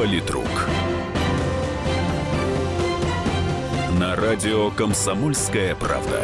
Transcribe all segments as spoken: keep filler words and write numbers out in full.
Политрук. На радио «Комсомольская правда».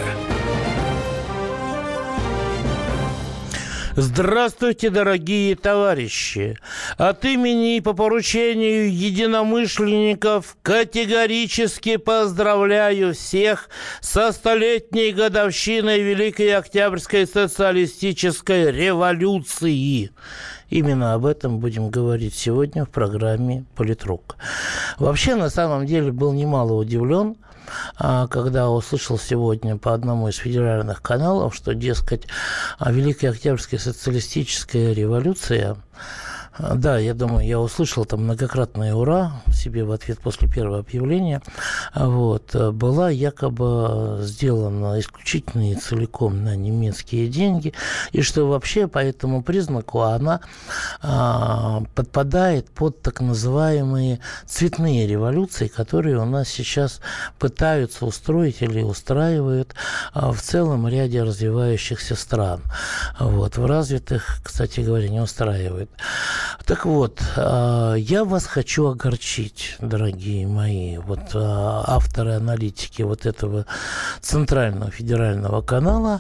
Здравствуйте, дорогие товарищи! От имени и по поручению единомышленников категорически поздравляю всех со столетней годовщиной Великой Октябрьской социалистической революции. Именно об этом будем говорить сегодня в программе «Политрук». Вообще, на самом деле, был немало удивлен, когда услышал сегодня по одному из федеральных каналов, что, дескать, Великая Октябрьская социалистическая революция... Да, я думаю, я услышал там многократное «ура» себе в ответ после первого объявления. Вот, была якобы сделана исключительно и целиком на немецкие деньги, и что вообще по этому признаку она а, подпадает под так называемые цветные революции, которые у нас сейчас пытаются устроить или устраивают а, в целом ряде развивающихся стран. Вот, в развитых, кстати говоря, не устраивают. Так вот, я вас хочу огорчить, дорогие мои, вот авторы, аналитики вот этого Центрального федерального канала.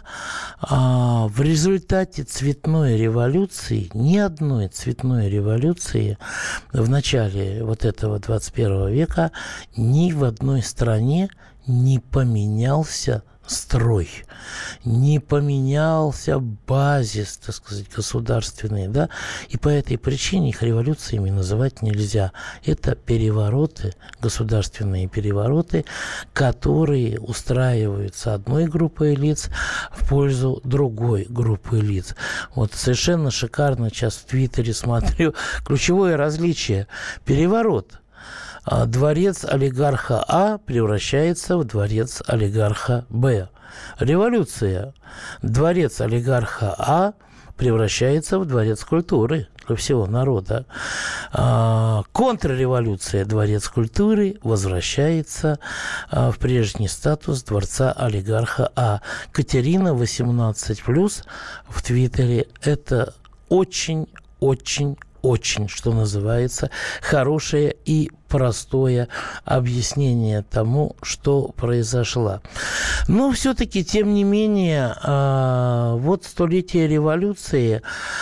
В результате цветной революции, ни одной цветной революции в начале вот этого двадцать первого века ни в одной стране не поменялся строй, не поменялся базис, так сказать, государственный, да, и по этой причине их революциями называть нельзя. Это перевороты, государственные перевороты, которые устраиваются одной группой лиц в пользу другой группы лиц. Вот совершенно шикарно сейчас в Твиттере смотрю ключевое различие. Переворот. Дворец олигарха А превращается в дворец олигарха Б. Революция. Дворец олигарха А превращается в дворец культуры для всего народа. Контрреволюция. Дворец культуры возвращается в прежний статус дворца олигарха А. Катерина восемнадцать плюс в Твиттере. Это очень-очень очень, что называется, хорошее и простое объяснение тому, что произошло. Но все-таки, тем не менее, вот столетие революции,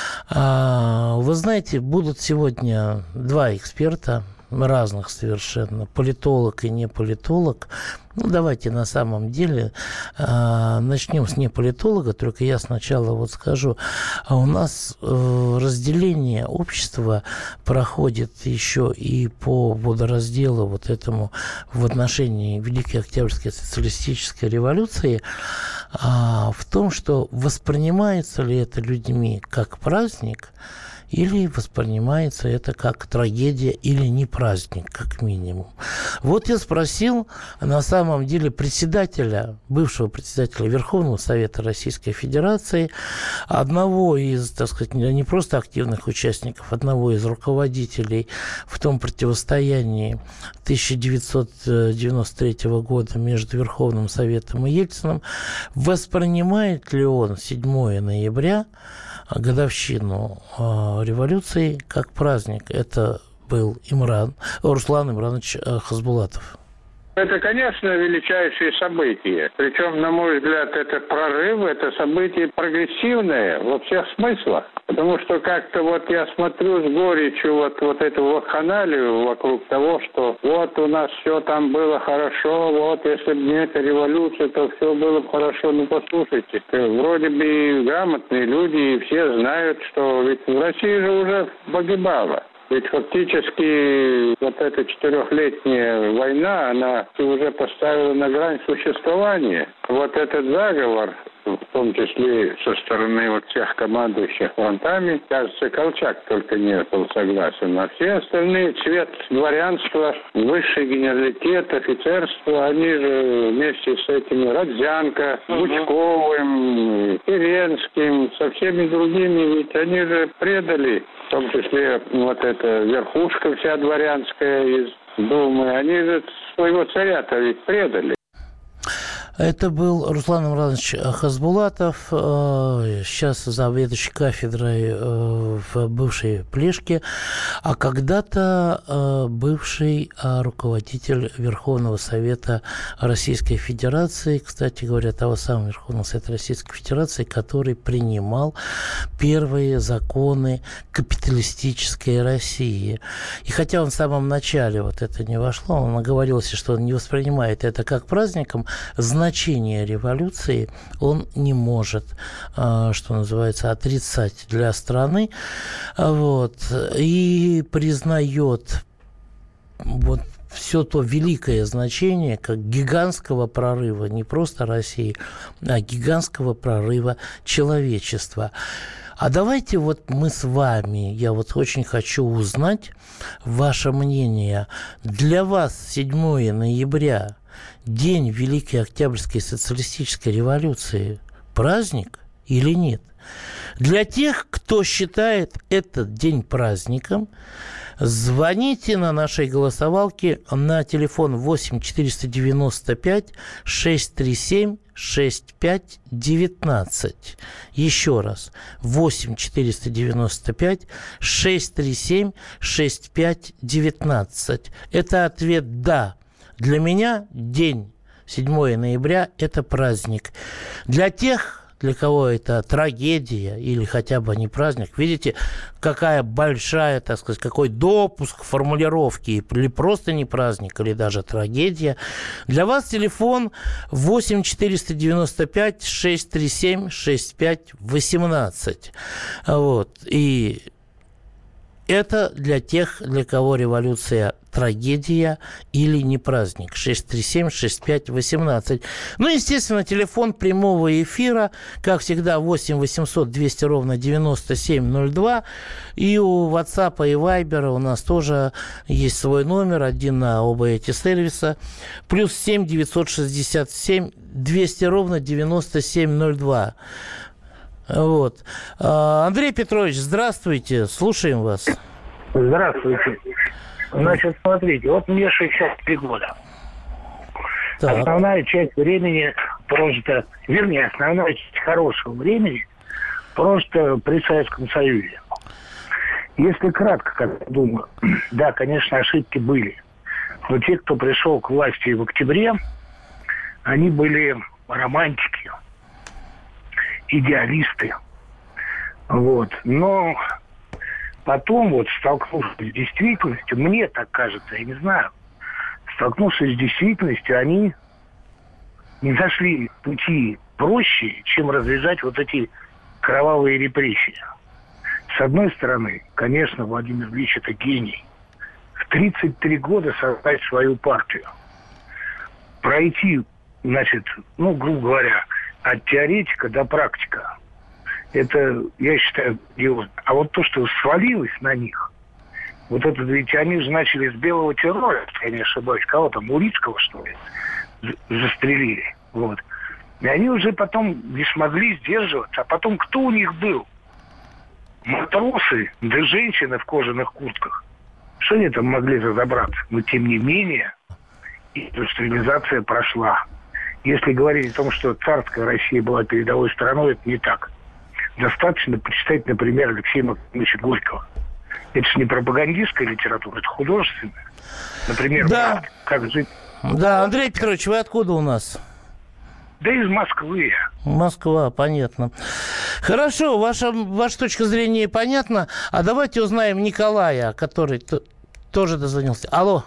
вы знаете, будут сегодня два эксперта, разных совершенно, политолог и не политолог. Ну, давайте на самом деле э, начнем с не политолога, только я сначала вот скажу. А у нас э, разделение общества проходит еще и по водоразделу вот этому в отношении Великой Октябрьской социалистической революции, э, в том, что воспринимается ли это людьми как праздник, или воспринимается это как трагедия или не праздник, как минимум. Вот я спросил на самом деле председателя, бывшего председателя Верховного Совета Российской Федерации, одного из, так сказать, не просто активных участников, одного из руководителей в том противостоянии тысяча девятьсот девяносто третьего года между Верховным Советом и Ельциным, воспринимает ли он седьмое ноября, годовщину э, революции, как праздник. Это был Имран, Руслан Имранович э, Хасбулатов. Это, конечно, величайшие события. Причем, на мой взгляд, это прорыв, это событие прогрессивное во всех смыслах. Потому что как-то вот я смотрю с горечью вот, вот эту вакханалию вокруг того, что вот у нас все там было хорошо, вот если бы не эта революция, то все было бы хорошо. Ну, послушайте, вроде бы грамотные люди, и все знают, что ведь в России же уже погибало. Ведь фактически вот эта четырехлетняя война, она уже поставила на грань существования. Вот этот заговор, в том числе со стороны вот всех командующих фронтами, кажется, Колчак только не был согласен. А все остальные, цвет дворянства, высший генералитет, офицерство, они же вместе с этими Родзянко, Бучковым, Керенским, со всеми другими, ведь они же предали, в том числе вот эта верхушка вся дворянская из Думы, они же своего царя-то ведь предали. Это был Руслан Имранович Хасбулатов, сейчас заведующий кафедрой в бывшей Плешке, а когда-то бывший руководитель Верховного Совета Российской Федерации, кстати говоря, того самого Верховного Совета Российской Федерации, который принимал первые законы капиталистической России. И хотя он в самом начале вот это не вошло, он оговорился, что он не воспринимает это как праздником, значение революции он не может, что называется, отрицать для страны, вот, и признает вот все то великое значение, как гигантского прорыва не просто России, а гигантского прорыва человечества. А давайте вот мы с вами, я вот очень хочу узнать ваше мнение. Для вас седьмое ноября, день Великой Октябрьской социалистической революции, праздник или нет? Для тех, кто считает этот день праздником, звоните на нашей голосовалке на телефон восемь четыреста девяносто пять шестьсот тридцать семь шестьдесят пять девятнадцать. Еще раз. восемь четыреста девяносто пять шестьсот тридцать семь шестьдесят пять девятнадцать. Это ответ «да». Для меня день седьмое ноября – это праздник. Для тех, для кого это трагедия или хотя бы не праздник, видите, какая большая, так сказать, какой допуск формулировки, или просто не праздник, или даже трагедия. Для вас телефон восемь четыреста девяносто пять шестьсот тридцать семь шестьдесят пять восемнадцать. Вот. И это для тех, для кого революция трагедия или не праздник. шестьсот тридцать семь шестьдесят пять восемнадцать. Ну, естественно, телефон прямого эфира, как всегда, восемь восемьсот двести ровно девяносто семь ноль два. И у WhatsApp и Viber у нас тоже есть свой номер, один на оба эти сервиса. Плюс семь девятьсот шестьдесят семь двести ровно девяносто семь ноль два. Вот. Андрей Петрович, здравствуйте, слушаем вас. Здравствуйте. Значит, смотрите, вот мне шестьдесят три года. Так. Основная часть времени прожита, вернее, основная часть хорошего времени прожита при Советском Союзе. Если кратко, как я думаю, да, конечно, ошибки были. Но те, кто пришел к власти в октябре, они были романтики, идеалисты. Вот. Но потом, вот, столкнувшись с действительностью, мне так кажется, я не знаю, столкнувшись с действительностью, они не нашли пути проще, чем развязать вот эти кровавые репрессии. С одной стороны, конечно, Владимир Ильич – это гений. В тридцать три года создать свою партию. Пройти, значит, ну, грубо говоря, от теоретика до практика. Это, я считаю, дело. А вот то, что свалилось на них, вот это, ведь они же начали с белого террора, если я не ошибаюсь, кого там, Урицкого, что ли, застрелили. Вот. И они уже потом не смогли сдерживаться. А потом кто у них был? Матросы, да женщины в кожаных куртках. Что они там могли разобраться? Но тем не менее, индустриализация прошла. Если говорить о том, что царская Россия была передовой страной, это не так. Достаточно почитать, например, Алексея Максимовича Горького. Это же не пропагандистская литература, это художественная. Например, да. как жить... Да, Андрей Петрович, вы откуда у нас? Да из Москвы. Москва, понятно. Хорошо, ваша, ваша точка зрения понятна. А давайте узнаем Николая, который т- тоже дозвонился. Алло.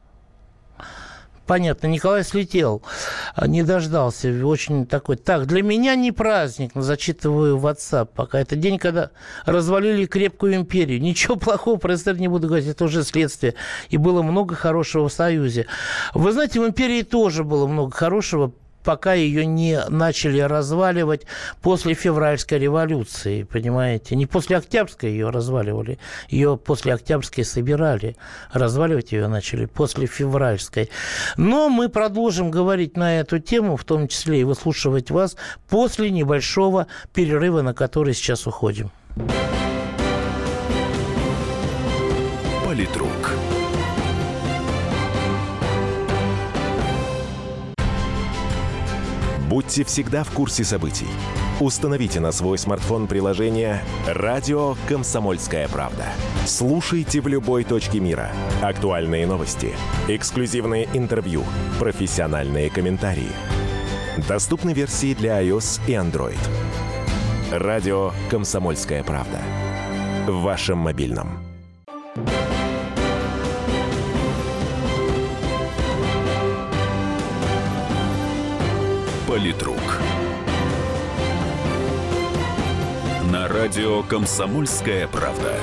Понятно, Николай слетел, не дождался, очень такой. Так, для меня не праздник, но зачитываю в WhatsApp пока. Это день, когда развалили крепкую империю. Ничего плохого про СССР не буду говорить, это уже следствие. И было много хорошего в Союзе. Вы знаете, в империи тоже было много хорошего, пока ее не начали разваливать после февральской революции, понимаете? Не после Октябрьской ее разваливали, ее после Октябрьской собирали. Разваливать ее начали после февральской. Но мы продолжим говорить на эту тему, в том числе и выслушивать вас, после небольшого перерыва, на который сейчас уходим. Политрук. Будьте всегда в курсе событий. Установите на свой смартфон приложение «Радио Комсомольская правда». Слушайте в любой точке мира. Актуальные новости, эксклюзивные интервью, профессиональные комментарии. Доступны версии для iOS и Android. «Радио Комсомольская правда». В вашем мобильном. Политрук. На радио «Комсомольская правда».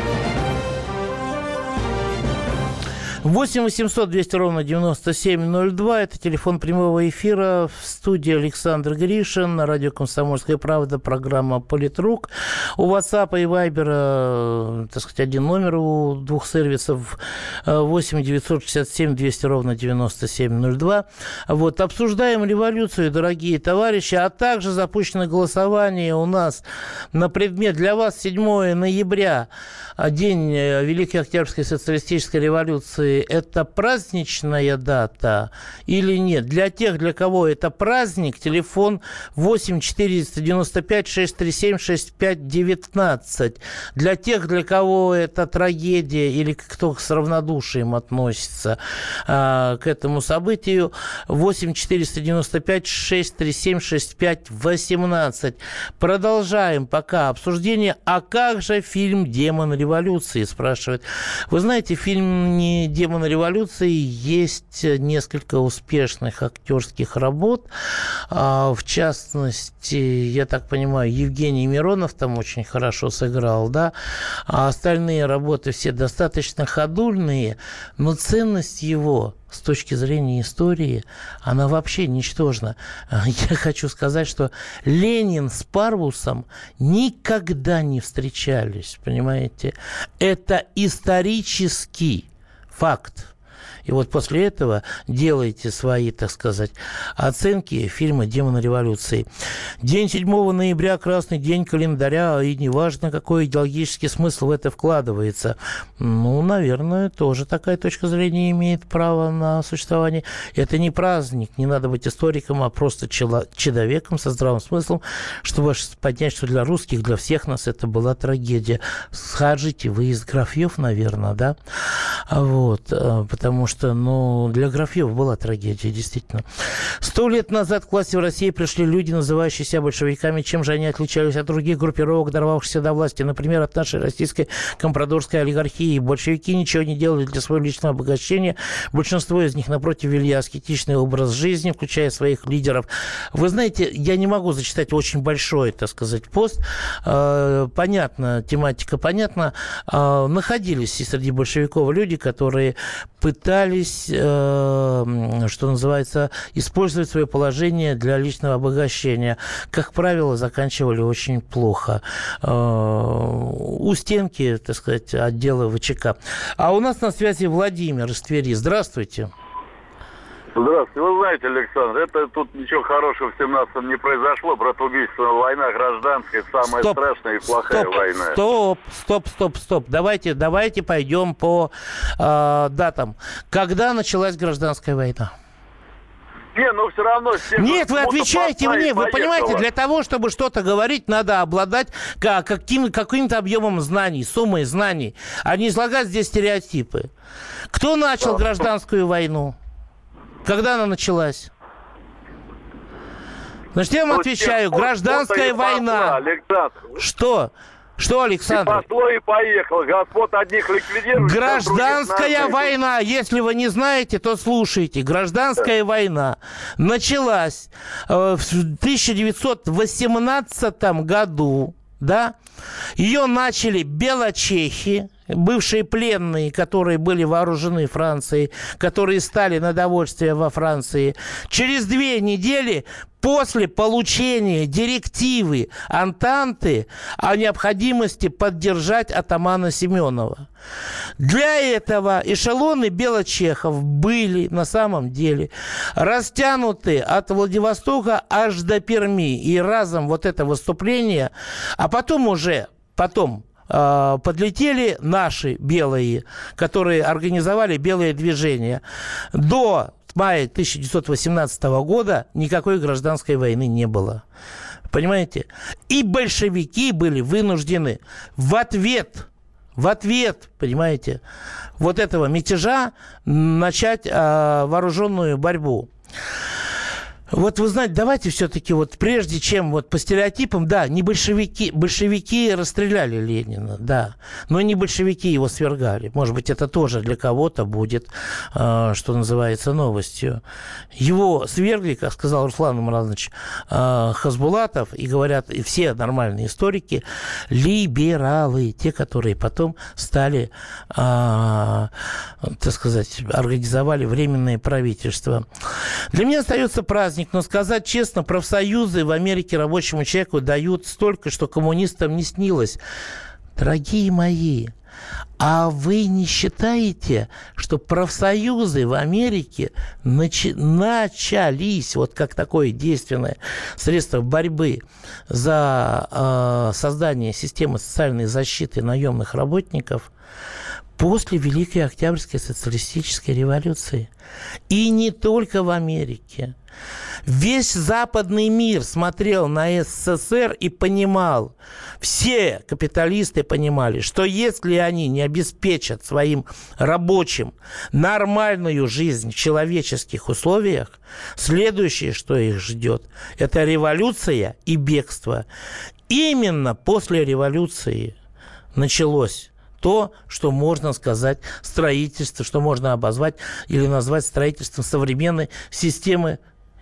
восемь восемьсот двести ровно девяносто семь ноль два. Это телефон прямого эфира. В студии Александр Гришин. На радио «Комсомольская правда» программа «Политрук». У WhatsApp и Viber, так сказать, один номер у двух сервисов. восемь девятьсот шестьдесят семь двести ровно девяносто семь ноль два. Вот. Обсуждаем революцию, дорогие товарищи. А также запущено голосование у нас на предмет для вас седьмого ноября. День Великой Октябрьской социалистической революции. Это праздничная дата или нет? Для тех, для кого это праздник, телефон восемь четыреста девяносто пять шестьсот тридцать семь шестьдесят пять девятнадцать. Для тех, для кого это трагедия или кто с равнодушием относится а, к этому событию, восемь четыреста девяносто пять шестьсот тридцать семь шестьдесят пять восемнадцать. Продолжаем пока обсуждение. А как же фильм «Демон революции», спрашивает. Вы знаете, фильм не «Демон «Демон революции», есть несколько успешных актерских работ. В частности, я так понимаю, Евгений Миронов там очень хорошо сыграл, да. А остальные работы все достаточно ходульные, но ценность его с точки зрения истории, она вообще ничтожна. Я хочу сказать, что Ленин с Парвусом никогда не встречались, понимаете? Это исторический факт. И вот после этого делайте свои, так сказать, оценки фильма «Демон революции». День седьмого ноября – красный день календаря, и неважно, какой идеологический смысл в это вкладывается. Ну, наверное, тоже такая точка зрения имеет право на существование. Это не праздник, не надо быть историком, а просто человеком со здравым смыслом, чтобы поднять, что для русских, для всех нас это была трагедия. Скажите, вы из Графьев, наверное, да? Вот, потому что, ну, для Графьев была трагедия, действительно. Сто лет назад к власти в России пришли люди, называющие себя большевиками. Чем же они отличались от других группировок, дорвавшихся до власти? Например, от нашей российской компрадорской олигархии. Большевики ничего не делали для своего личного обогащения. Большинство из них, напротив, вели аскетичный образ жизни, включая своих лидеров. Вы знаете, я не могу зачитать очень большой, так сказать, пост. Понятно, тематика понятна. Находились и среди большевиков люди, которые пытались, э, что называется, использовать свое положение для личного обогащения. Как правило, заканчивали очень плохо. Э, у стенки, так сказать, отдела ВЧК. А у нас на связи Владимир из Твери. Здравствуйте. Здравствуйте. Вы знаете, Александр, это тут ничего хорошего в семнадцатом не произошло. Братоубийственная война гражданская, самая стоп, страшная и плохая стоп, война. Стоп, стоп, стоп, стоп. Давайте, давайте пойдем по э, датам. Когда началась гражданская война? Не, ну все равно... Нет, вы отвечаете мне. Вы понимаете, для того, чтобы что-то говорить, надо обладать каким, каким-то объемом знаний, суммой знаний, а не излагать здесь стереотипы. Кто начал да. гражданскую войну? Когда она началась? Значит, я вам ну, отвечаю. Гражданская война. Александр. Что? Что, Александр? И пошло и поехало. Господ одних ликвидируют. Гражданская война. Если вы не знаете, то слушайте. Гражданская да. война началась э, в тысяча девятьсот восемнадцатом году. Да? Ее начали белочехи, бывшие пленные, которые были вооружены Францией, которые стали на довольствие во Франции. Через две недели после получения директивы Антанты о необходимости поддержать атамана Семенова. Для этого эшелоны белочехов были на самом деле растянуты от Владивостока аж до Перми. И разом вот это выступление, а потом уже, потом э, подлетели наши белые, которые организовали белое движение. До мая тысяча девятьсот восемнадцатого года никакой гражданской войны не было. Понимаете? И большевики были вынуждены в ответ, в ответ, понимаете, вот этого мятежа начать а, вооруженную борьбу. Вот вы знаете, давайте все-таки вот прежде чем вот по стереотипам, да, не большевики, большевики расстреляли Ленина, да, но не большевики его свергали. Может быть, это тоже для кого-то будет, э, что называется, новостью. Его свергли, как сказал Руслан Имранович э, Хасбулатов, и говорят и все нормальные историки, либералы, те, которые потом стали, э, так сказать, организовали временное правительство. Для меня остается праздник. Но сказать честно, профсоюзы в Америке рабочему человеку дают столько, что коммунистам не снилось. Дорогие мои, а вы не считаете, что профсоюзы в Америке начи- начались, вот как такое действенное средство борьбы за э, создание системы социальной защиты наемных работников после Великой Октябрьской социалистической революции? И не только в Америке. Весь западный мир смотрел на СССР и понимал, все капиталисты понимали, что если они не обеспечат своим рабочим нормальную жизнь в человеческих условиях, следующее, что их ждет, это революция и бегство. Именно после революции началось то, что можно сказать строительство, что можно обозвать или назвать строительством современной системы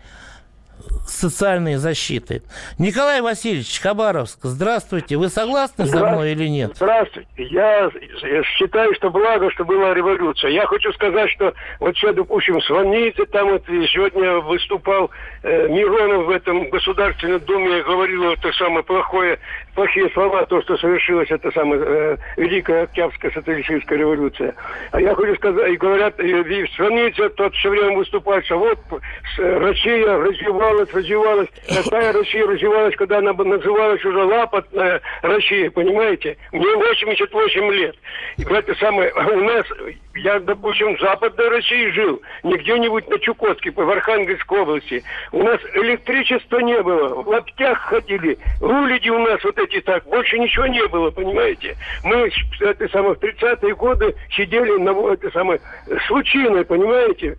социальной защиты. Николай Васильевич, Хабаровск, здравствуйте. Вы согласны со мной или нет? Здравствуйте. Я считаю, что благо, что была революция. Я хочу сказать, что вот сейчас, допустим, звоните, там вот сегодня выступал э, Миронов в этом Государственном Думе и говорил это самое плохое, плохие слова, то, что совершилось, это самая э, Великая Октябрьская социалистическая революция. А я хочу сказать, и говорят, и звоните, тот все время выступает, что вот Россия развивалась, развивалась. Такая Россия развивалась, когда она называлась уже лапотная Россия, понимаете? Мне восемьдесят восемь лет. И это самое, у нас, я, допустим, в Западной России жил, не где-нибудь на Чукотке, в Архангельской области. У нас электричества не было, в лаптях ходили, рулиди у нас вот эти так, больше ничего не было, понимаете? Мы это самое, в тридцатые годы сидели на это самое, с лучиной, понимаете?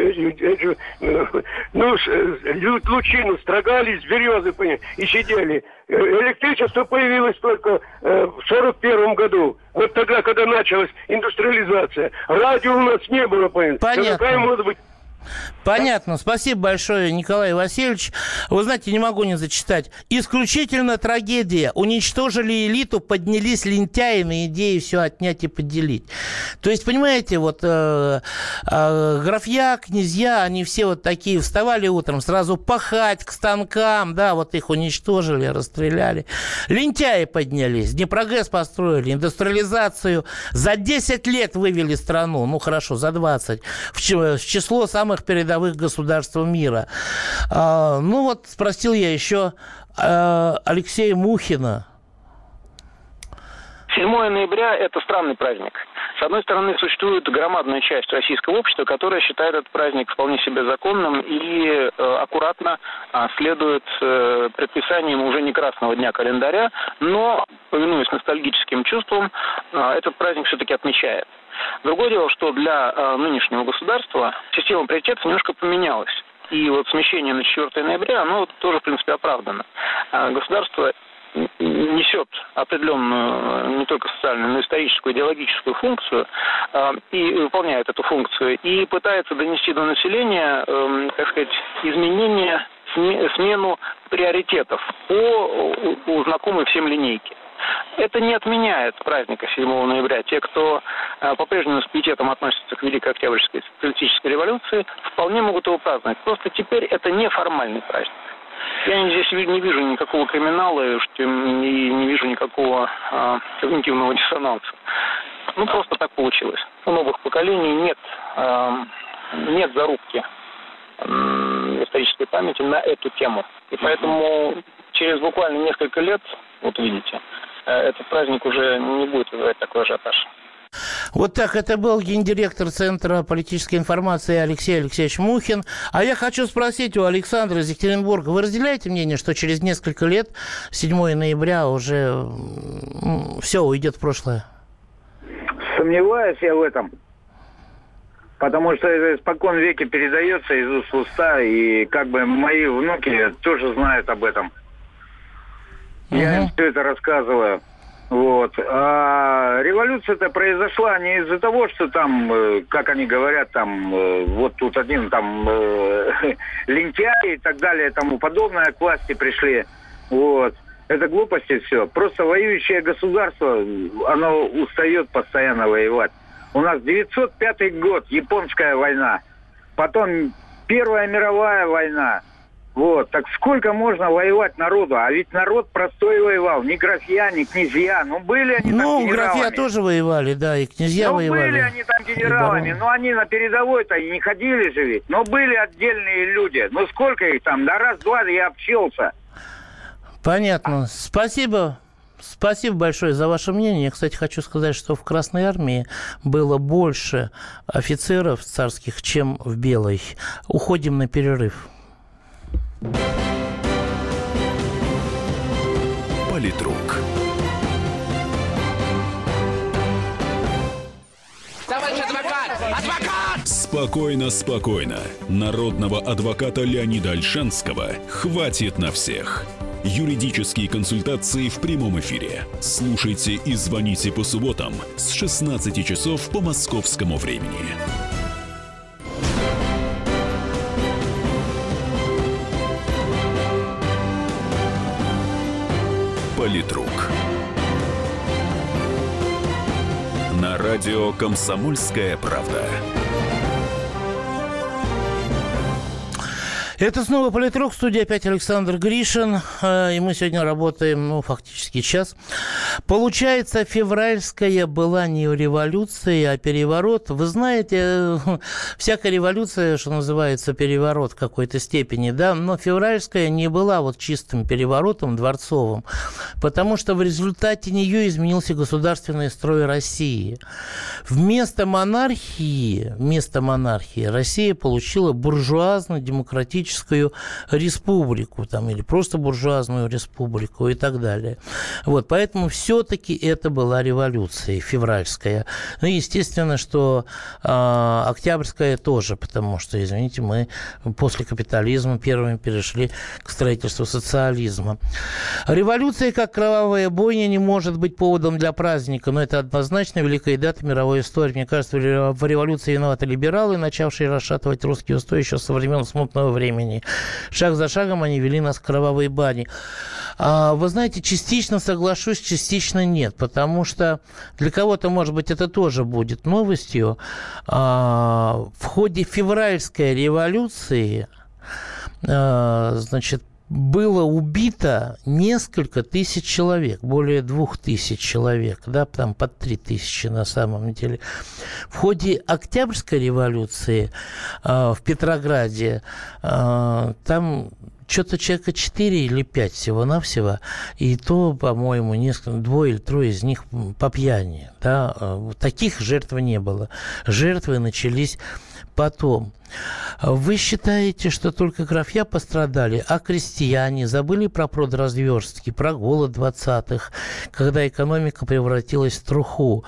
Ну, лучину строгали с березы, понимаете, и сидели. Электричество появилось только э, в сорок первом году. Вот тогда, когда началась индустриализация. Радио у нас не было, понимаете. Понятно. Какая может быть... Понятно. Спасибо большое, Николай Васильевич. Вы знаете, не могу не зачитать. Исключительно трагедия. Уничтожили элиту, поднялись лентяи на идеи все отнять и поделить. То есть, понимаете, вот э, э, графья, князья, они все вот такие вставали утром, сразу пахать к станкам, да, вот их уничтожили, расстреляли. Лентяи поднялись, Днепрогэс построили, индустриализацию. За десять лет вывели страну, ну хорошо, за двадцать, в число самых передовых государств мира. А, ну вот спросил я еще а, Алексея Мухина. седьмое ноября – это странный праздник. С одной стороны, существует громадная часть российского общества, которая считает этот праздник вполне себе законным и э, аккуратно э, следует э, предписаниям уже не красного дня календаря, но, повинуясь ностальгическим чувствам, э, этот праздник все-таки отмечает. Другое дело, что для э, нынешнего государства система приоритетов немножко поменялась. И вот смещение на четвёртое ноября, оно тоже, в принципе, оправдано. Э, государство несет определенную не только социальную, но и историческую, идеологическую функцию э, и выполняет эту функцию, и пытается донести до населения, э, так сказать, изменения, смену приоритетов по, по знакомой всем линейке. Это не отменяет праздника седьмого ноября. Те, кто э, по-прежнему с пиететом относится к Великой Октябрьской социалистической революции, вполне могут его праздновать. Просто теперь это не формальный праздник. Я здесь не вижу никакого криминала и не вижу никакого а, когнитивного диссонанса. Ну, просто так получилось. У новых поколений нет, а, нет зарубки а, исторической памяти на эту тему. И поэтому через буквально несколько лет, вот видите, этот праздник уже не будет вызывать такой ажиотаж. Вот так, это был гендиректор Центра политической информации Алексей Алексеевич Мухин. А я хочу спросить у Александра из Екатеринбурга, вы разделяете мнение, что через несколько лет, седьмого ноября, уже все уйдет в прошлое? Сомневаюсь я в этом. Потому что это испокон веки передается из уст в уста, и как бы мои внуки тоже знают об этом. Uh-huh. Я им все это рассказываю. Вот. А революция-то произошла не из-за того, что там, как они говорят, там, вот тут один там лентяй и так далее, и тому подобное, к власти пришли. Вот. Это глупости все. Просто воюющее государство, оно устает постоянно воевать. У нас девятьсот пятый год, японская война. Потом Первая мировая война. Вот. Так сколько можно воевать народу? А ведь народ простой воевал. Не графья, не князья. Ну, были они ну, там генералами. Ну, графья тоже воевали, да, и князья ну, воевали. Ну, были они там генералами. Но они на передовой-то и не ходили же ведь. Но были отдельные люди. Ну, сколько их там? Да раз-два я общался. Понятно. Спасибо. Спасибо большое за ваше мнение. Я, кстати, хочу сказать, что в Красной армии было больше офицеров царских, чем в Белой. Уходим на перерыв. Политрук. Товарищ адвокат! Адвокат! Спокойно, спокойно. Народного адвоката Леонида Ольшанского хватит на всех. Юридические консультации в прямом эфире. Слушайте и звоните по субботам с шестнадцати часов по московскому времени. Политрук. На радио «Комсомольская правда». Это снова «Политрук», в студии опять Александр Гришин, и мы сегодня работаем, ну, фактически час. Получается, февральская была не революция, а переворот. Вы знаете, всякая революция, что называется, переворот в какой-то степени, да, но февральская не была вот чистым переворотом дворцовым, потому что в результате нее изменился государственный строй России. Вместо монархии, вместо монархии Россия получила буржуазно-демократическую республику, там, или просто буржуазную республику и так далее. Вот, поэтому все-таки это была революция февральская. Ну, естественно, что э, октябрьская тоже, потому что, извините, мы после капитализма первыми перешли к строительству социализма. Революция, как кровавая бойня, не может быть поводом для праздника, но это однозначно великая дата мировой истории. Мне кажется, в революции виноваты либералы, начавшие расшатывать русские устои еще со времен смутного времени. Шаг за шагом они вели нас к кровавой бане. А, вы знаете, частично соглашусь, частично нет, потому что для кого-то, может быть, это тоже будет новостью. А, в ходе февральской революции, а, значит, было убито несколько тысяч человек, более двух тысяч человек, да, там под три тысячи на самом деле. В ходе Октябрьской революции э, в Петрограде э, там что-то человека четыре или пять всего-навсего, и то, по-моему, несколько, двое или трое из них по пьяни. Да? Таких жертв не было. Жертвы начались потом. Вы считаете, что только графья пострадали, а крестьяне забыли про продразверстки, про голод двадцатых, когда экономика превратилась в труху.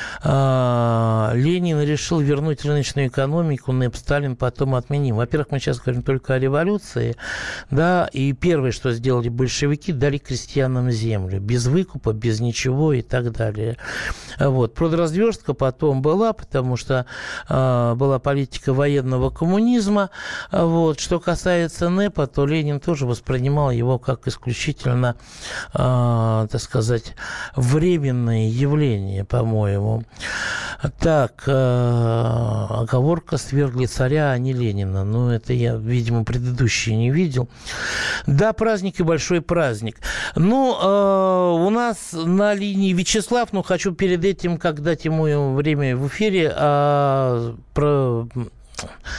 Ленин решил вернуть рыночную экономику, НЭП Сталин потом отменил. Во-первых, мы сейчас говорим только о революции, да, и первое, что сделали большевики, дали крестьянам землю, без выкупа, без ничего и так далее. Вот. Продразверстка потом была, потому что э, была политика военного коммунизма. Вот. Что касается НЭПа, то Ленин тоже воспринимал его как исключительно, э, так сказать, временное явление, по-моему. Так, э, оговорка «свергли царя, а не Ленина». Ну, это я, видимо, предыдущие не видел. Да, праздник и большой праздник. Ну, э, у нас на линии Вячеслав, но хочу перед этим, как дать ему время в эфире, э, про...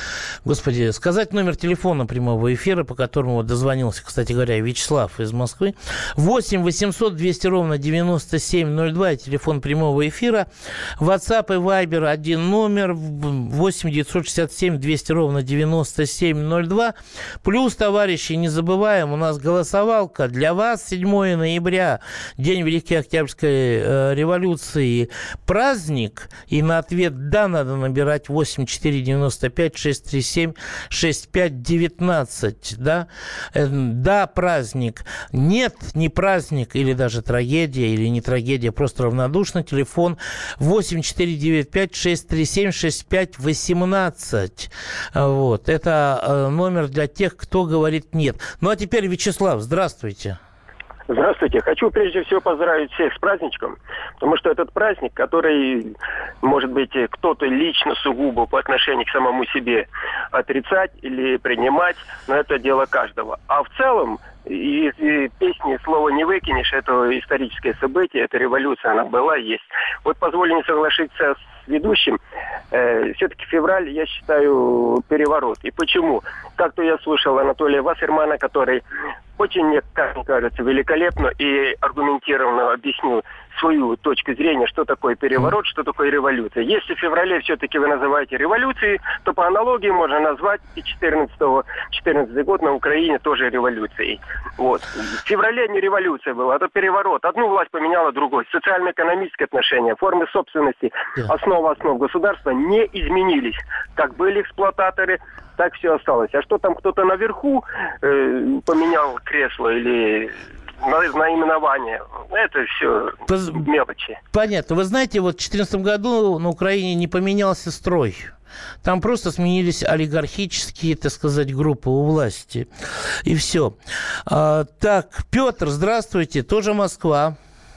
Господи, сказать номер телефона прямого эфира, по которому дозвонился, кстати говоря, Вячеслав из Москвы. восемь восемьсот двести ровно девяносто семь ноль два, телефон прямого эфира. WhatsApp и Viber один номер, восемь девятьсот шестьдесят семь двести ровно девяносто семь ноль два. Плюс, товарищи, не забываем, у нас голосовалка для вас. седьмое ноября, День Великой Октябрьской э, революции, праздник. И на ответ «да» надо набирать восемь четыре девяносто пять шесть три семь шесть пять девятнадцать. Да? Э, да, праздник. Нет, не праздник или даже трагедия, или не трагедия, просто равнодушно. Телефон восемь четыре девять пять шесть три семь шесть пять восемнадцать. Вот. Это э, номер для тех, кто говорит «нет». Ну, а теперь, Вячеслав, здравствуйте. Здравствуйте. Хочу прежде всего поздравить всех с праздничком, потому что этот праздник, который, может быть, кто-то лично сугубо по отношению к самому себе отрицать или принимать, но это дело каждого. А в целом, из песни «Слова не выкинешь», это историческое событие, это революция, она была, есть. Вот позволю не соглашиться с ведущим, э, все-таки февраль, я считаю, переворот. И почему? Как-то я слышал Анатолия Вассермана, который очень, как мне кажется, великолепно и аргументированно объяснил свою точку зрения, что такое переворот, что такое революция. Если в феврале все-таки вы называете революцией, то по аналогии можно назвать и четырнадцатый год на Украине тоже революцией. Вот. В феврале не революция была, это переворот. Одну власть поменяла другой. Социально-экономические отношения, формы собственности, основа основ государства не изменились. Как были эксплуататоры, так все осталось. А что там кто-то наверху э, поменял кресло или наименование, это все Поз... мелочи. Понятно. Вы знаете, вот в две тысячи четырнадцатом году на Украине не поменялся строй. Там просто сменились олигархические, так сказать, группы у власти. И все. А, так, Петр, здравствуйте. Тоже Москва.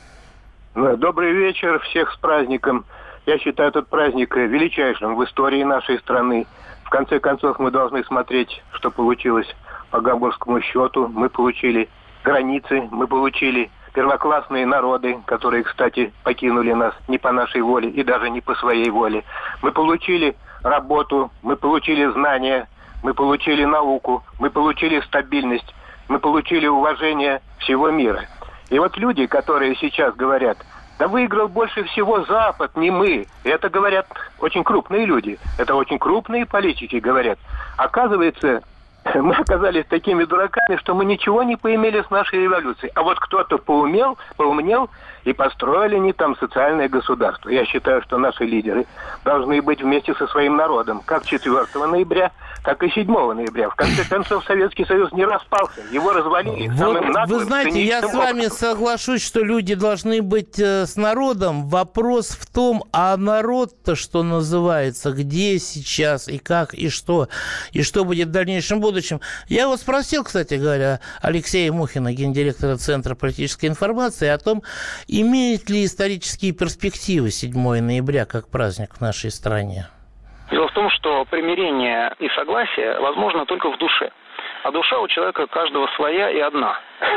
Добрый вечер. Всех с праздником. Я считаю этот праздник величайшим в истории нашей страны. В конце концов, мы должны смотреть, что получилось по Гамбургскому счету. Мы получили границы, мы получили первоклассные народы, которые, кстати, покинули нас не по нашей воле и даже не по своей воле. Мы получили работу, мы получили знания, мы получили науку, мы получили стабильность, мы получили уважение всего мира. И вот люди, которые сейчас говорят, да выиграл больше всего Запад, не мы. Это говорят очень крупные люди. Это очень крупные политики говорят. Оказывается, мы оказались такими дураками, что мы ничего не поимели с нашей революцией. А вот кто-то поумел, поумнел, и построили они там социальное государство. Я считаю, что наши лидеры должны быть вместе со своим народом, как четвёртого ноября, так и седьмого ноября. В конце концов, Советский Союз не распался, его развалили. Вот, наглым, вы знаете, я с вами опытом. соглашусь, что люди должны быть э, с народом. Вопрос в том, а народ-то, что называется, где сейчас и как, и что, и что будет в дальнейшем будущем. Я вот спросил, кстати говоря, Алексея Мухина, гендиректора Центра политической информации, о том, имеют ли исторические перспективы седьмое ноября как праздник в нашей стране. Дело в том, что примирение и согласие возможно только в душе. А душа у человека каждого своя и одна.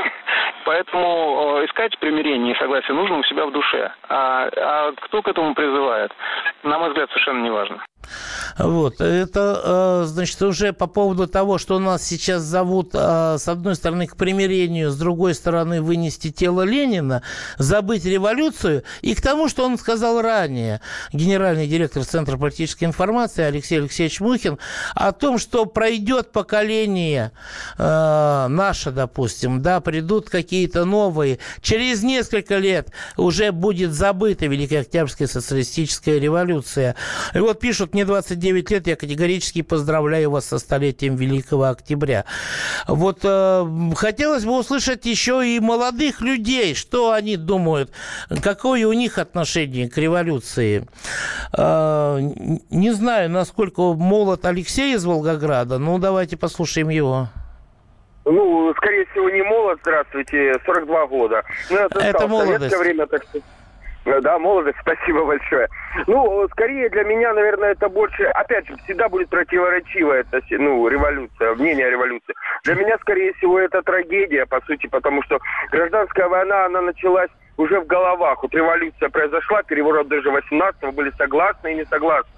Поэтому искать примирение и согласие нужно у себя в душе. А, а кто к этому призывает, на мой взгляд, совершенно не важно. Вот, это, значит, уже по поводу того, что нас сейчас зовут, с одной стороны, к примирению, с другой стороны, вынести тело Ленина, забыть революцию, и к тому, что он сказал ранее, генеральный директор Центра политической информации Алексей Алексеевич Мухин, о том, что пройдет поколение э, наше, допустим, да, придут какие-то новые, через несколько лет уже будет забыта Великая Октябрьская социалистическая революция. И вот пишут, мне двадцать девять лет, я категорически поздравляю вас со столетием Великого Октября. Вот э, хотелось бы услышать еще и молодых людей, что они думают, какое у них отношение к революции. Э, не знаю, насколько молод Алексей из Волгограда, но давайте послушаем его. Ну, скорее всего, не молод, здравствуйте, сорок два года. Ну, это это молодость. Советское время, так что... Да, молодость, спасибо большое. Ну, скорее для меня, наверное, это больше, опять же, всегда будет противоречиво это, ну, революция, мнение о революции. Для меня, скорее всего, это трагедия, по сути, потому что гражданская война, она началась уже в головах. Вот революция произошла, переворот даже восемнадцатого, были согласны и не согласны.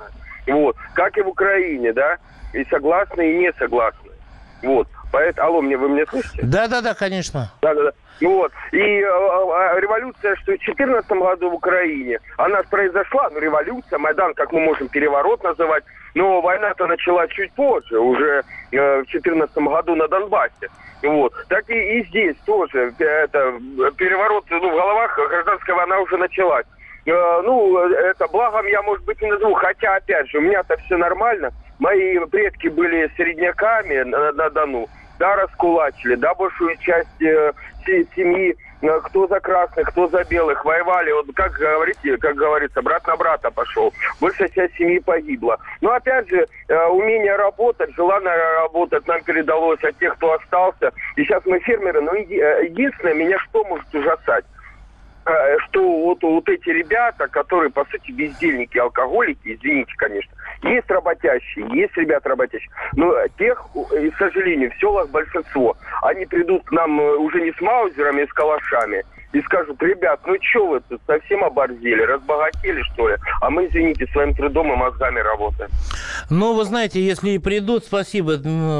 Вот. Как и в Украине, да? И согласны, и не согласны. Вот. Поэтому, алло, мне, вы меня слышите? Да-да-да, конечно. Да-да-да. Ну вот. И э, э, революция, что в четырнадцатом году в Украине, она произошла, ну, революция, Майдан, как мы можем переворот называть, но война-то началась чуть позже, уже э, в четырнадцатом году на Донбассе. Вот. Так и, и здесь тоже это, переворот, ну, в головах гражданская война уже началась. Э, ну, это благом я, может быть, не назову, хотя, опять же, у меня-то все нормально. Мои предки были середняками на, на Дону. Да, раскулачили, да, большую часть э, семьи, э, кто за красных, кто за белых, воевали, вот как говорите, как говорится, брат на брата пошел. Большая часть семьи погибла. Но опять же, э, умение работать, желание работать нам передалось от тех, кто остался. И сейчас мы фермеры, но еди- единственное, меня что может ужасать? Что вот, вот эти ребята, которые, по сути, бездельники, алкоголики, извините, конечно, есть работящие, есть ребята работящие, но тех, и, к сожалению, в селах большинство, они придут к нам уже не с маузерами, а с калашами, и скажут: ребят, ну что вы тут, совсем оборзели, разбогатели, что ли? А мы, извините, своим трудом и мозгами работаем. Ну, вы знаете, если и придут, спасибо,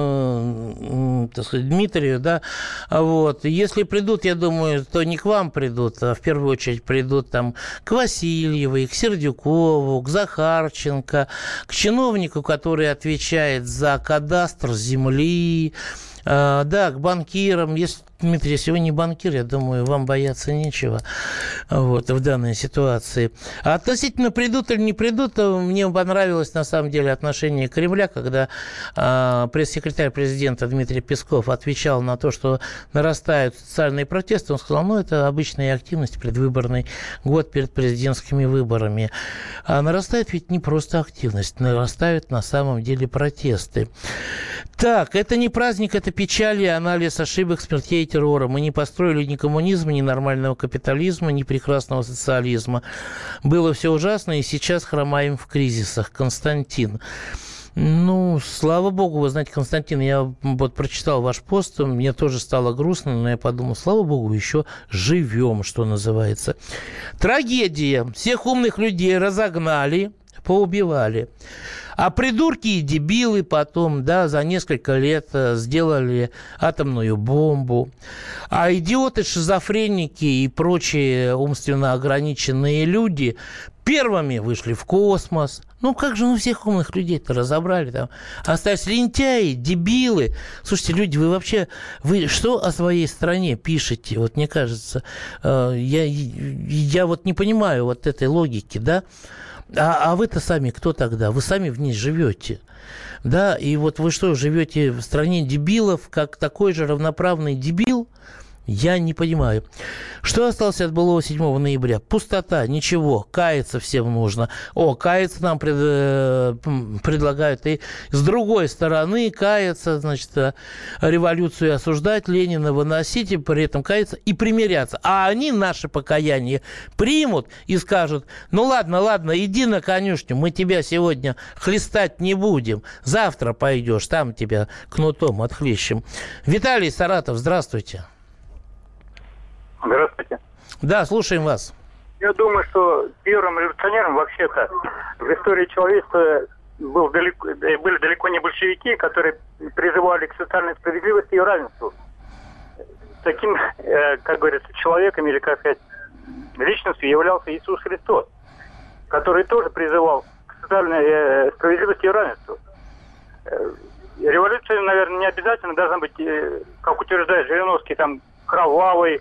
так сказать, Дмитрию, да, вот, если придут, я думаю, то не к вам придут, а в первую очередь придут там к Васильевой, к Сердюкову, к Захарченко, к чиновнику, который отвечает за кадастр земли, да, к банкирам. Если, Дмитрий, если вы не банкир, я думаю, вам бояться нечего вот, в данной ситуации. А относительно придут или не придут, то мне понравилось, на самом деле, отношение Кремля, когда э, пресс-секретарь президента Дмитрий Песков отвечал на то, что нарастают социальные протесты. Он сказал: ну, это обычная активность, предвыборный год перед президентскими выборами. А нарастает ведь не просто активность, нарастают на самом деле протесты. Так, это не праздник, это печаль и анализ ошибок, смертей и террора. Мы не построили ни коммунизма, ни нормального капитализма, ни прекрасного социализма. Было все ужасно, и сейчас хромаем в кризисах. Константин. Ну, слава богу, вы знаете, Константин, я вот прочитал ваш пост, мне тоже стало грустно, но я подумал, слава богу, еще живем, что называется. Трагедия. Всех умных людей разогнали, поубивали. А придурки и дебилы потом, да, за несколько лет сделали атомную бомбу. А идиоты, шизофреники и прочие умственно ограниченные люди первыми вышли в космос. Ну, как же, ну, всех умных людей-то разобрали там. Остались лентяи, дебилы. Слушайте, люди, вы вообще, вы что о своей стране пишете? Вот мне кажется, я, я вот не понимаю вот этой логики, да? А, а вы-то сами кто тогда? Вы сами в ней живете. Да, и вот вы что, живете в стране дебилов, как такой же равноправный дебил? Я не понимаю. Что осталось от былого седьмого ноября? Пустота, ничего, каяться всем нужно. О, каяться нам пред, э, предлагают. И с другой стороны каяться, значит, революцию осуждать, Ленина выносить, и при этом каяться и примиряться. А они наше покаяние примут и скажут: ну ладно, ладно, иди на конюшню, мы тебя сегодня хлестать не будем. Завтра пойдешь, там тебя кнутом отхлещем. Виталий, Саратов, здравствуйте. Здравствуйте. Да, слушаем вас. Я думаю, что первым революционером вообще-то в истории человечества был далеко, были далеко не большевики, которые призывали к социальной справедливости и равенству. Таким, э, как говорится, человеком или, как сказать, личностью являлся Иисус Христос, который тоже призывал к социальной э, справедливости и равенству. Э, революция, наверное, не обязательно должна быть, э, как утверждает Жириновский, там, кровавой,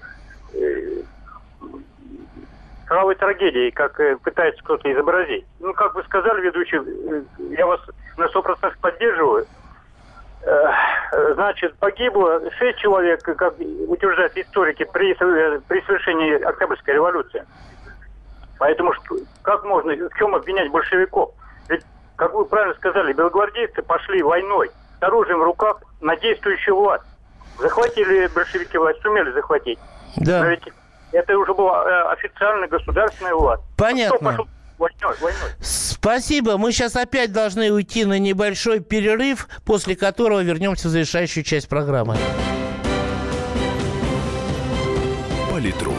кровавой трагедией, как пытается кто-то изобразить. Ну, как вы сказали, ведущий, я вас на сто процентов поддерживаю. Значит, погибло шесть человек, как утверждают историки, при, при совершении Октябрьской революции. Поэтому что, как можно, в чем обвинять большевиков? Ведь, как вы правильно сказали, белогвардейцы пошли войной с оружием в руках на действующую власть. Захватили большевики власть, сумели захватить. Да. Но ведь это уже была э, официальная государственная власть. Понятно. Кто пошел войной, войной? Спасибо. Мы сейчас опять должны уйти на небольшой перерыв, после которого вернемся в завершающую часть программы. Политрук.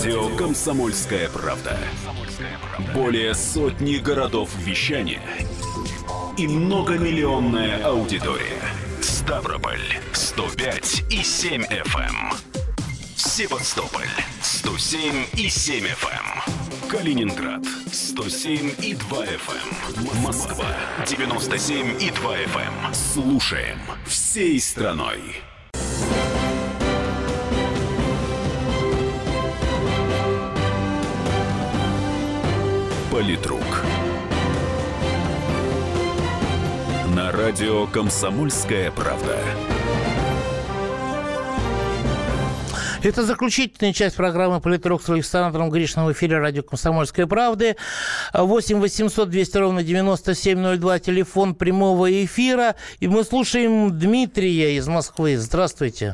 Радио «Комсомольская правда». Более сотни городов вещания и многомиллионная аудитория. Ставрополь сто пять и семь эф эм. Севастополь сто семь и семь эф эм. Калининград сто семь и два эф эм. Москва девяносто семь и два эф эм. Слушаем всей страной. Политрук. На радио «Комсомольская правда». Это заключительная часть программы «Политрук» с Александром Гришиным в эфире радио «Комсомольской правды». восемь восемьсот двести ровно девяносто семь ноль два, телефон прямого эфира. И мы слушаем Дмитрия из Москвы. Здравствуйте.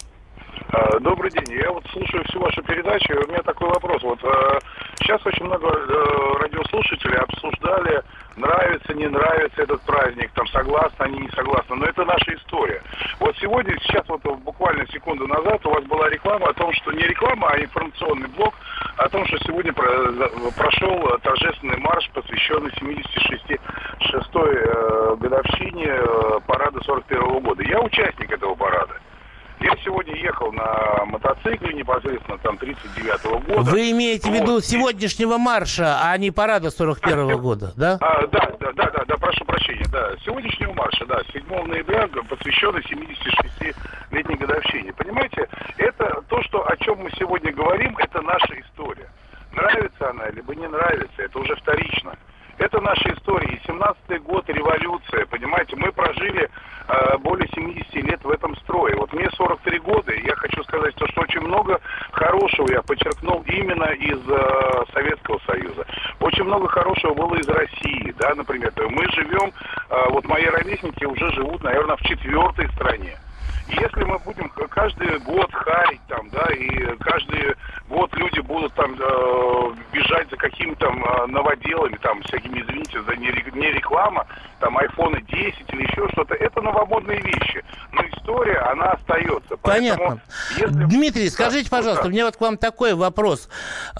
Добрый день. Я вот слушаю всю вашу передачу, и у меня такой вопрос. Вот э, сейчас очень много э, радиослушателей обсуждали, нравится, не нравится этот праздник, там согласны они, не согласны, но это наша история. Вот сегодня, сейчас вот буквально секунду назад у вас была реклама о том, что не реклама, а информационный блок о том, что сегодня про, прошел торжественный марш, посвященный семьдесят шестой э, годовщине э, парада сорок первого года. Я участник этого парада. Я сегодня ехал на мотоцикле непосредственно там тридцать девятого года. Вы имеете в виду вот. Сегодняшнего марша, а не парада сорок первого года, да? А, да, да, да, да, да, прошу прощения, да. Сегодняшнего марша, да, седьмого ноября, посвященный семидесяти шестилетней годовщине. Понимаете, это то, что, о чем мы сегодня говорим, это наша история. Нравится она, либо не нравится, это уже вторично. Это наша история. И семнадцатый год, революция, понимаете, мы прожили э, более семидесяти лет в этом строе. Вот мне сорок три года, и я хочу сказать, то, что очень много хорошего я подчеркнул именно из э, Советского Союза. Очень много хорошего было из России, да, например. Мы живем, э, вот мои ровесники уже живут, наверное, в четвертой стране. И если мы будем каждый год харить там, да, и каждый год люди будут там э, бежать за какими-то там э, новоделами, там, всякими, извините, за не, не реклама, там, айфоны десять или еще что-то, это новомодные вещи. Но история, она остается. Понятно. Поэтому, если... Дмитрий, скажите, да, пожалуйста, да. Мне вот к вам такой вопрос.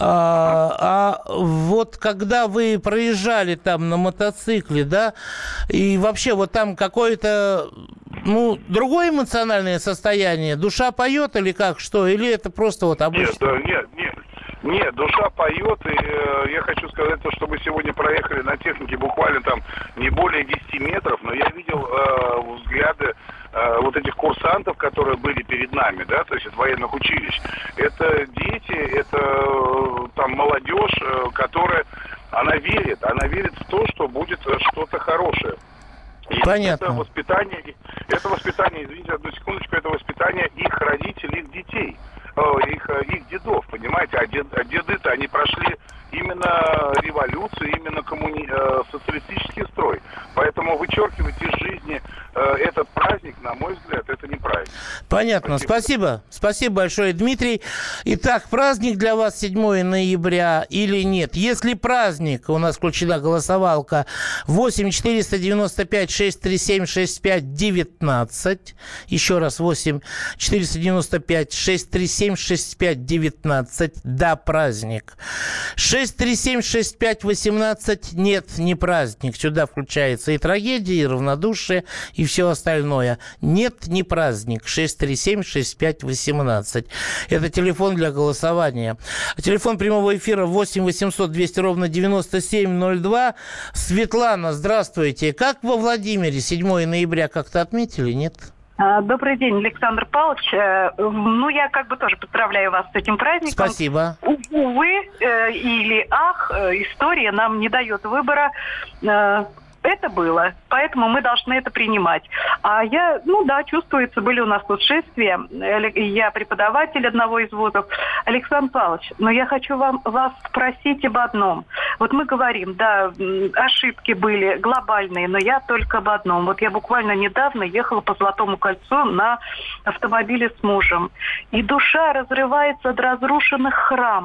А, а вот когда вы проезжали там на мотоцикле, да, и вообще вот там какое-то... Ну, другое эмоциональное состояние? Душа поет или как? Что? Или это просто вот обычно? Нет, нет, нет. Нет, душа поет, и э, я хочу сказать, то, что мы сегодня проехали на технике буквально там не более десяти метров, но я видел э, взгляды э, вот этих курсантов, которые были перед нами, да, то есть от военных училищ. Это дети, это э, там молодежь, э, которая, она верит, она верит в то, что будет что-то хорошее. И понятно. Это воспитание, это воспитание, извините, одну секундочку, это воспитание их родителей, их детей, их, их дедов, понимаете, а, дед, а деды-то, они прошли именно революцию, именно коммуни... социалистический строй. Поэтому вычеркивать из жизни этот праздник, на мой взгляд, это не праздник. Понятно. Спасибо. Спасибо. Спасибо большое, Дмитрий. Итак, праздник для вас седьмого ноября или нет? Если праздник, у нас включена голосовалка восемь четыреста девяносто пять шестьсот тридцать семь шестьдесят пять девятнадцать. Еще раз, восемь четыреста девяносто пять шестьсот тридцать семь шестьдесят пять девятнадцать. Да, праздник. шесть три семь шесть пять восемнадцать. Нет, не праздник. Сюда включается и трагедия, и равнодушие, и все остальное. Нет, не праздник. шесть три семь шесть пять восемнадцать. Это телефон для голосования. Телефон прямого эфира восемь восемьсот двести ровно девяносто семь ноль два. Светлана, здравствуйте. Как во Владимире седьмого ноября как-то отметили, нет? Добрый день, Александр Павлович. Ну, я как бы тоже поздравляю вас с этим праздником. Спасибо. Увы, или ах, история нам не дает выбора. Это было, поэтому мы должны это принимать. А я, ну да, чувствуется, были у нас тут шествия. Я преподаватель одного из вузов. Александр Павлович, но я хочу вам, вас спросить об одном. Вот мы говорим, да, ошибки были глобальные, но я только об одном. Вот я буквально недавно ехала по Золотому кольцу на автомобиле с мужем. И душа разрывается от разрушенных храмов.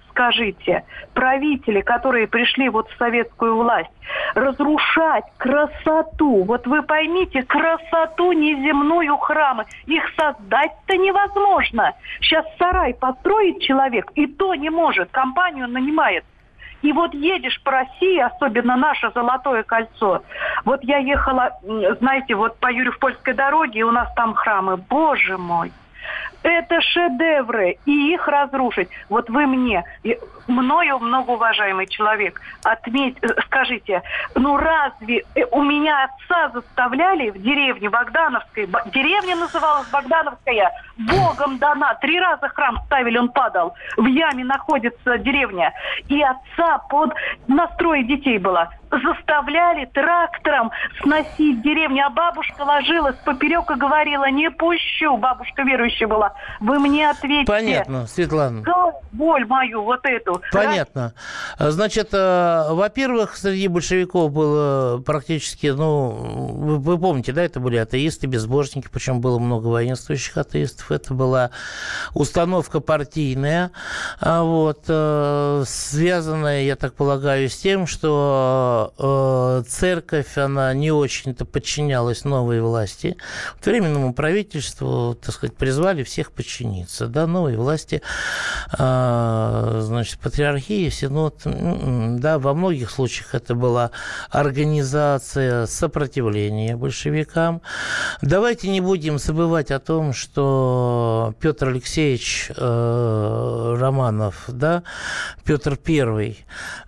скажите, правители, которые пришли вот в советскую власть, разрушать красоту, вот вы поймите, красоту неземную храма, их создать-то невозможно. Сейчас сарай построит человек, и то не может, компанию нанимает. И вот едешь по России, особенно наше Золотое кольцо. Вот я ехала, знаете, вот по Юрьев-Польской дороге, и у нас там храмы. Боже мой! Это шедевры, и их разрушить. Вот вы мне, мною многоуважаемый человек, отметь, скажите, ну разве у меня отца заставляли в деревне Богдановской, деревня называлась Богдановская, Богом дана, три раза храм ставили, он падал, в яме находится деревня, и отца под настрой детей было. Заставляли трактором сносить деревню, а бабушка ложилась поперек и говорила, не пущу, бабушка верующая была. Вы мне ответьте. Понятно, Светлана. Боль мою, вот эту. Понятно. Значит, во-первых, среди большевиков было практически, ну, вы, вы помните, да, это были атеисты, безбожники, причем было много воинствующих атеистов. Это была установка партийная, вот, связанная, я так полагаю, с тем, что церковь, она не очень-то подчинялась новой власти. К временному правительству, так сказать, призвали всех подчиниться, да, новой власти, значит, патриархии, синод, да, во многих случаях это была организация сопротивления большевикам. Давайте не будем забывать о том, что Петр Алексеевич Романов, да, Петр Первый,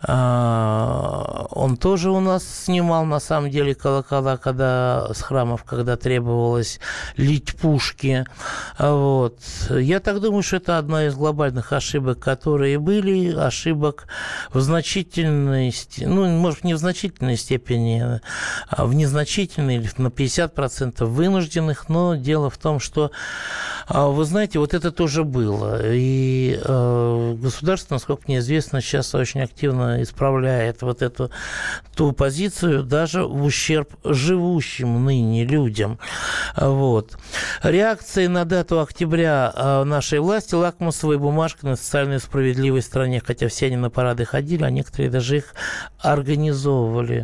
он тоже у нас снимал, на самом деле, колокола, когда с храмов, когда требовалось лить пушки. Вот. Я так думаю, что это одна из глобальных ошибок, которые были, ошибок в значительной, ну, может, не в значительной степени, а в незначительной, или на пятьдесят процентов вынужденных, но дело в том, что, вы знаете, вот это тоже было. И государство, насколько мне известно, сейчас очень активно исправляет вот эту ту позицию даже в ущерб живущим ныне людям. Вот. Реакции на дату октября нашей власти — лакмусовая бумажка на социальную справедливость в стране, хотя все они на парады ходили, а некоторые даже их организовывали.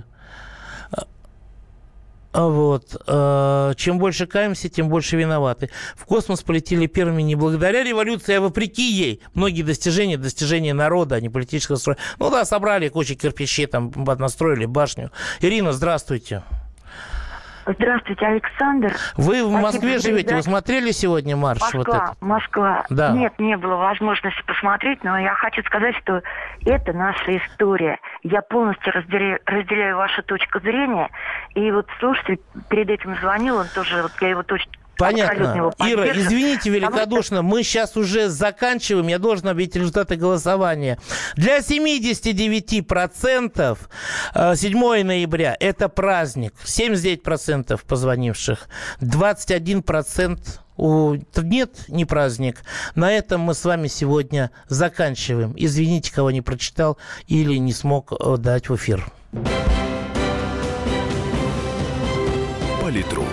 Вот. Чем больше каемся, тем больше виноваты. В космос полетели первыми не благодаря революции, а вопреки ей. Многие достижения, достижения народа, а не политического строя. Ну да, собрали кучу кирпичей, там настроили башню. Ирина, здравствуйте. Здравствуйте, Александр. Вы в Москве живете, вы смотрели сегодня марш? Москва, вот этот? Москва. Да. Нет, не было возможности посмотреть, но я хочу сказать, что это наша история. Я полностью разделяю, разделяю вашу точку зрения. И вот слушатель перед этим звонил, он тоже, вот я его точно... Понятно. Ира, извините великодушно, мы сейчас уже заканчиваем, я должен объявить результаты голосования. Для семьдесят девять процентов седьмое ноября – это праздник. семьдесят девять процентов позвонивших, двадцать один процент у... нет, не праздник. На этом мы с вами сегодня заканчиваем. Извините, кого не прочитал или не смог дать в эфир. Политрук.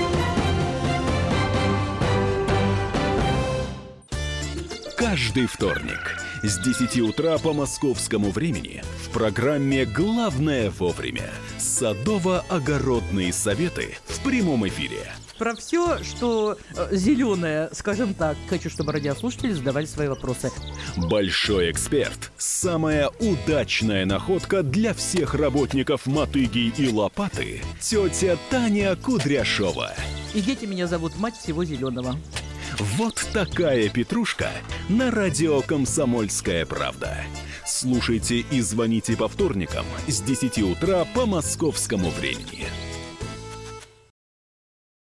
Каждый вторник с десяти утра по московскому времени в программе «Главное вовремя» садово-огородные советы в прямом эфире. Про все, что э, зеленое, скажем так. Хочу, чтобы радиослушатели задавали свои вопросы. Большой эксперт. Самая удачная находка для всех работников мотыги и лопаты. Тетя Таня Кудряшова. И дети меня зовут мать всего зеленого. Вот такая петрушка на радио «Комсомольская правда». Слушайте и звоните по вторникам с десяти утра по московскому времени.